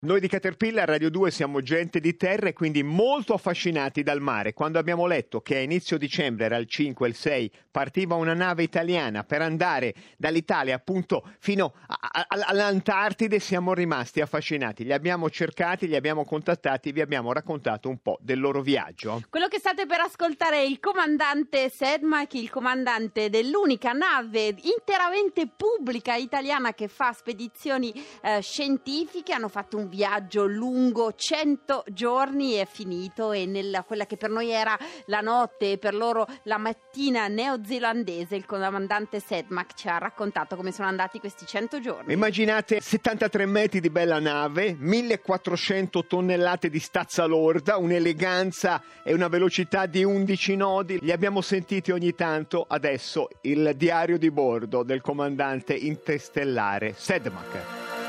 Noi di Caterpillar Radio 2 siamo gente di terra e quindi molto affascinati dal mare. Quando abbiamo letto che a inizio dicembre, era il 5 e il 6, partiva una nave italiana per andare dall'Italia appunto fino all'Antartide, siamo rimasti affascinati. Li abbiamo cercati, li abbiamo contattati, vi abbiamo raccontato un po' del loro viaggio. Quello che state per ascoltare è il comandante Sedmak, il comandante dell'unica nave interamente pubblica italiana che fa spedizioni scientifiche. Hanno fatto un viaggio lungo 100 giorni, è finito, e nella quella che per noi era la notte, per loro la mattina neozelandese, il comandante Sedmak ci ha raccontato come sono andati questi 100 giorni. Immaginate 73 metri di bella nave, 1400 tonnellate di stazza lorda, un'eleganza e una velocità di 11 nodi. Li abbiamo sentiti ogni tanto. Adesso il diario di bordo del comandante interstellare Sedmak.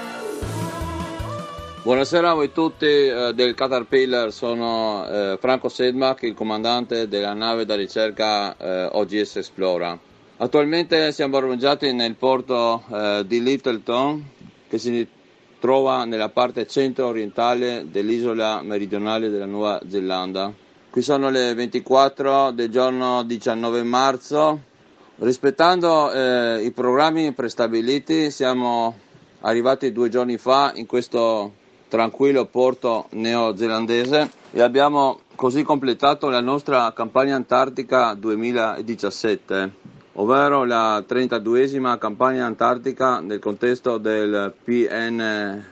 Buonasera a voi tutti del Caterpillar, sono Franco Sedmak, il comandante della nave da ricerca OGS Explora. Attualmente siamo ormeggiati nel porto di Lyttelton, che si trova nella parte centro-orientale dell'isola meridionale della Nuova Zelanda. Qui sono le 24 del giorno 19 marzo. Rispettando i programmi prestabiliti, siamo arrivati 2 giorni fa in questo tranquillo porto neozelandese e abbiamo così completato la nostra campagna antartica 2017, ovvero la 32esima campagna antartica nel contesto del PNRA,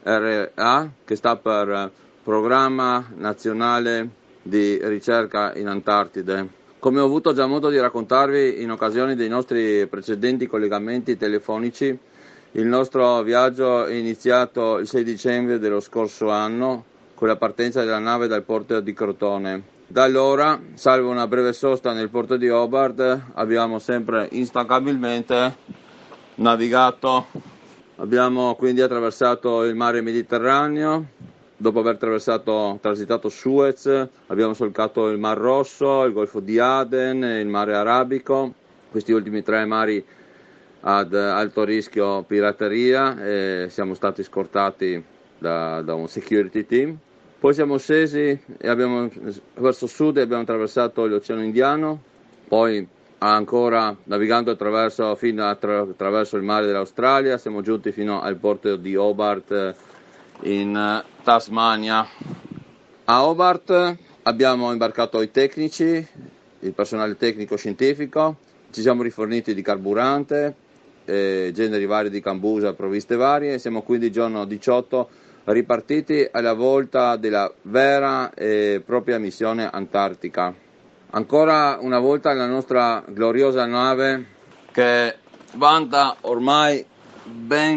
che sta per Programma Nazionale di Ricerca in Antartide. Come ho avuto già modo di raccontarvi in occasione dei nostri precedenti collegamenti telefonici, il nostro viaggio è iniziato il 6 dicembre dello scorso anno con la partenza della nave dal porto di Crotone. Da allora, salvo una breve sosta nel porto di Hobart, abbiamo sempre instancabilmente navigato. Abbiamo quindi attraversato il mare Mediterraneo. Dopo aver transitato Suez, abbiamo solcato il Mar Rosso, il Golfo di Aden, il mare Arabico, questi ultimi 3 mari ad alto rischio pirateria, e siamo stati scortati da un security team. Poi siamo scesi e verso sud e abbiamo attraversato l'Oceano Indiano, poi ancora navigando attraverso il mare dell'Australia siamo giunti fino al porto di Hobart in Tasmania. A Hobart abbiamo imbarcato i tecnici, il personale tecnico-scientifico, ci siamo riforniti di carburante, generi vari di cambusa, provviste varie, e siamo quindi il giorno 18 ripartiti alla volta della vera e propria missione antartica. Ancora una volta la nostra gloriosa nave, che vanta ormai ben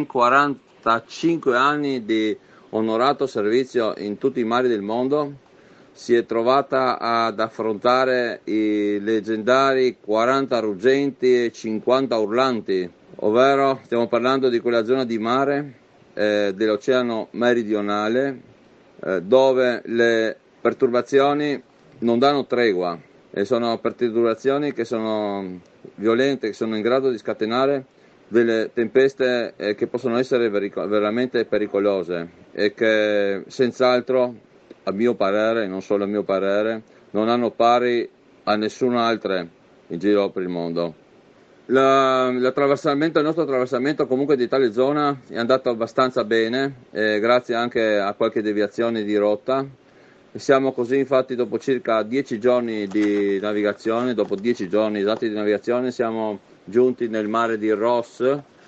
45 anni di onorato servizio in tutti i mari del mondo, si è trovata ad affrontare i leggendari 40 ruggenti e 50 urlanti, ovvero stiamo parlando di quella zona di mare dell'oceano meridionale dove le perturbazioni non danno tregua, e sono perturbazioni che sono violente, che sono in grado di scatenare delle tempeste che possono essere veramente pericolose e che senz'altro, a mio parere, non solo a mio parere, non hanno pari a nessun'altra in giro per il mondo. Il nostro attraversamento comunque di tale zona è andato abbastanza bene, grazie anche a qualche deviazione di rotta. Siamo così infatti, dopo circa 10 giorni di navigazione, dopo 10 giorni esatti di navigazione, siamo giunti nel mare di Ross,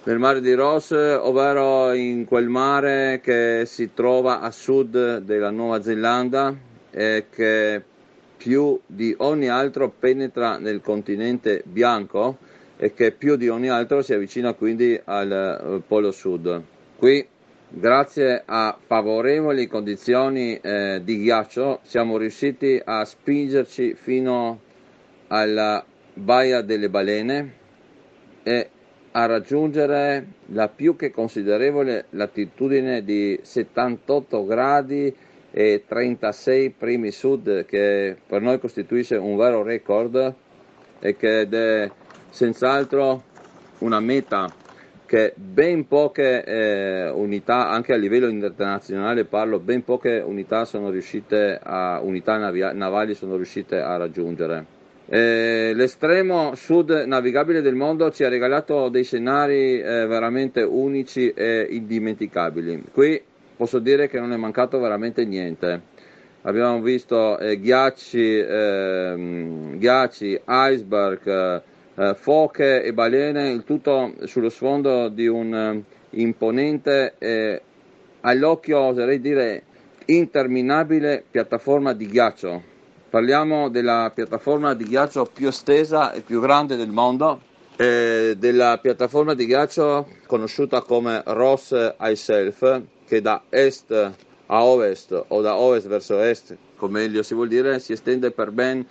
ovvero in quel mare che si trova a sud della Nuova Zelanda e che più di ogni altro penetra nel continente bianco e che più di ogni altro si avvicina quindi al Polo Sud. Qui, grazie a favorevoli condizioni di ghiaccio, siamo riusciti a spingerci fino alla Baia delle Balene e a raggiungere la più che considerevole latitudine di 78 gradi e 36 primi sud, che per noi costituisce un vero record e che è senz'altro una meta che ben poche unità, anche a livello internazionale parlo, ben poche unità navali sono riuscite a raggiungere. L'estremo sud navigabile del mondo ci ha regalato dei scenari veramente unici e indimenticabili. Qui posso dire che non è mancato veramente niente. Abbiamo visto ghiacci, iceberg, foche e balene, il tutto sullo sfondo di un imponente, all'occhio oserei dire interminabile piattaforma di ghiaccio. Parliamo della piattaforma di ghiaccio più estesa e più grande del mondo, della piattaforma di ghiaccio conosciuta come Ross Ice Shelf, che da est a ovest o da ovest verso est, come meglio si vuol dire, si estende per ben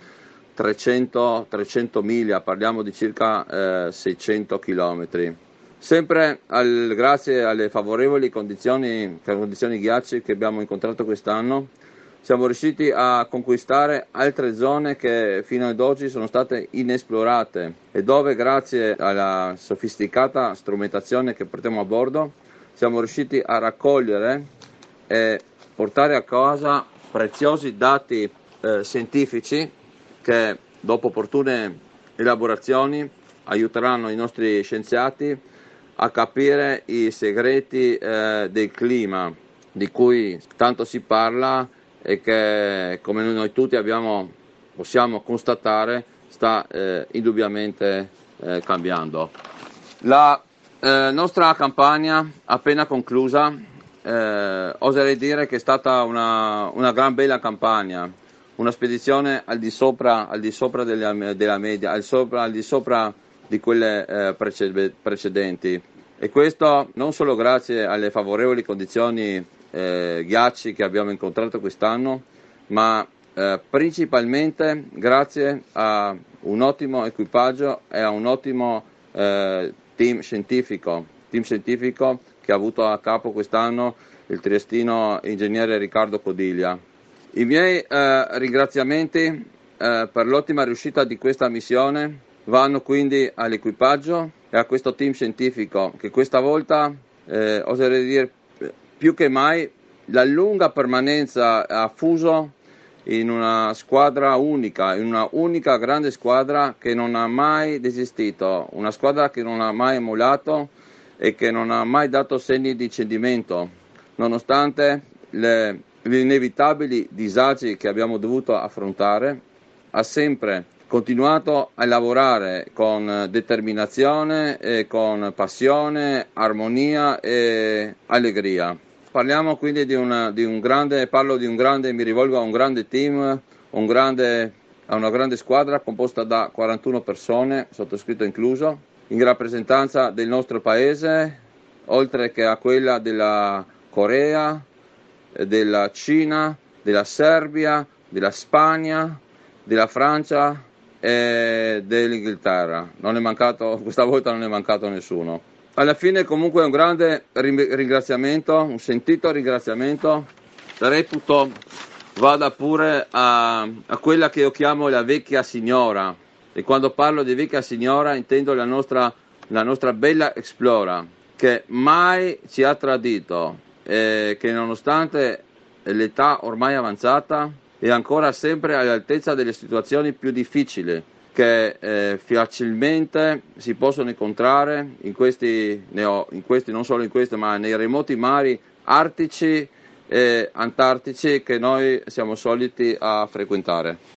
300 miglia, parliamo di circa 600 chilometri. Sempre grazie alle favorevoli condizioni ghiacci che abbiamo incontrato quest'anno, siamo riusciti a conquistare altre zone che fino ad oggi sono state inesplorate e dove, grazie alla sofisticata strumentazione che portiamo a bordo, siamo riusciti a raccogliere e portare a casa preziosi dati scientifici che, dopo opportune elaborazioni, aiuteranno i nostri scienziati a capire i segreti del clima, di cui tanto si parla e che, come noi tutti possiamo constatare, sta indubbiamente cambiando. La nostra campagna appena conclusa, oserei dire che è stata una gran bella campagna, una spedizione al di sopra della media, al di sopra di quelle precedenti, e questo non solo grazie alle favorevoli condizioni ghiacci che abbiamo incontrato quest'anno, ma principalmente grazie a un ottimo equipaggio e a un ottimo team scientifico che ha avuto a capo quest'anno il triestino ingegnere Riccardo Codiglia. I miei ringraziamenti per l'ottima riuscita di questa missione vanno quindi all'equipaggio e a questo team scientifico che questa volta, oserei dire più che mai, la lunga permanenza ha fuso in una squadra unica, in una unica grande squadra che non ha mai desistito, una squadra che non ha mai emulato e che non ha mai dato segni di cedimento, nonostante gli inevitabili disagi che abbiamo dovuto affrontare. Ha sempre continuato a lavorare con determinazione, e con passione, armonia e allegria. Parliamo quindi mi rivolgo a un grande team, a una grande squadra composta da 41 persone, sottoscritto incluso, in rappresentanza del nostro paese, oltre che a quella della Corea, della Cina, della Serbia, della Spagna, della Francia e dell'Inghilterra. Questa volta non è mancato nessuno. Alla fine comunque un grande ringraziamento, un sentito ringraziamento, reputo vada pure a quella che io chiamo la vecchia signora, e quando parlo di vecchia signora intendo la nostra bella Explora, che mai ci ha tradito e che, nonostante l'età ormai avanzata, è ancora sempre all'altezza delle situazioni più difficili che facilmente si possono incontrare non solo in questi, ma nei remoti mari artici e antartici che noi siamo soliti a frequentare.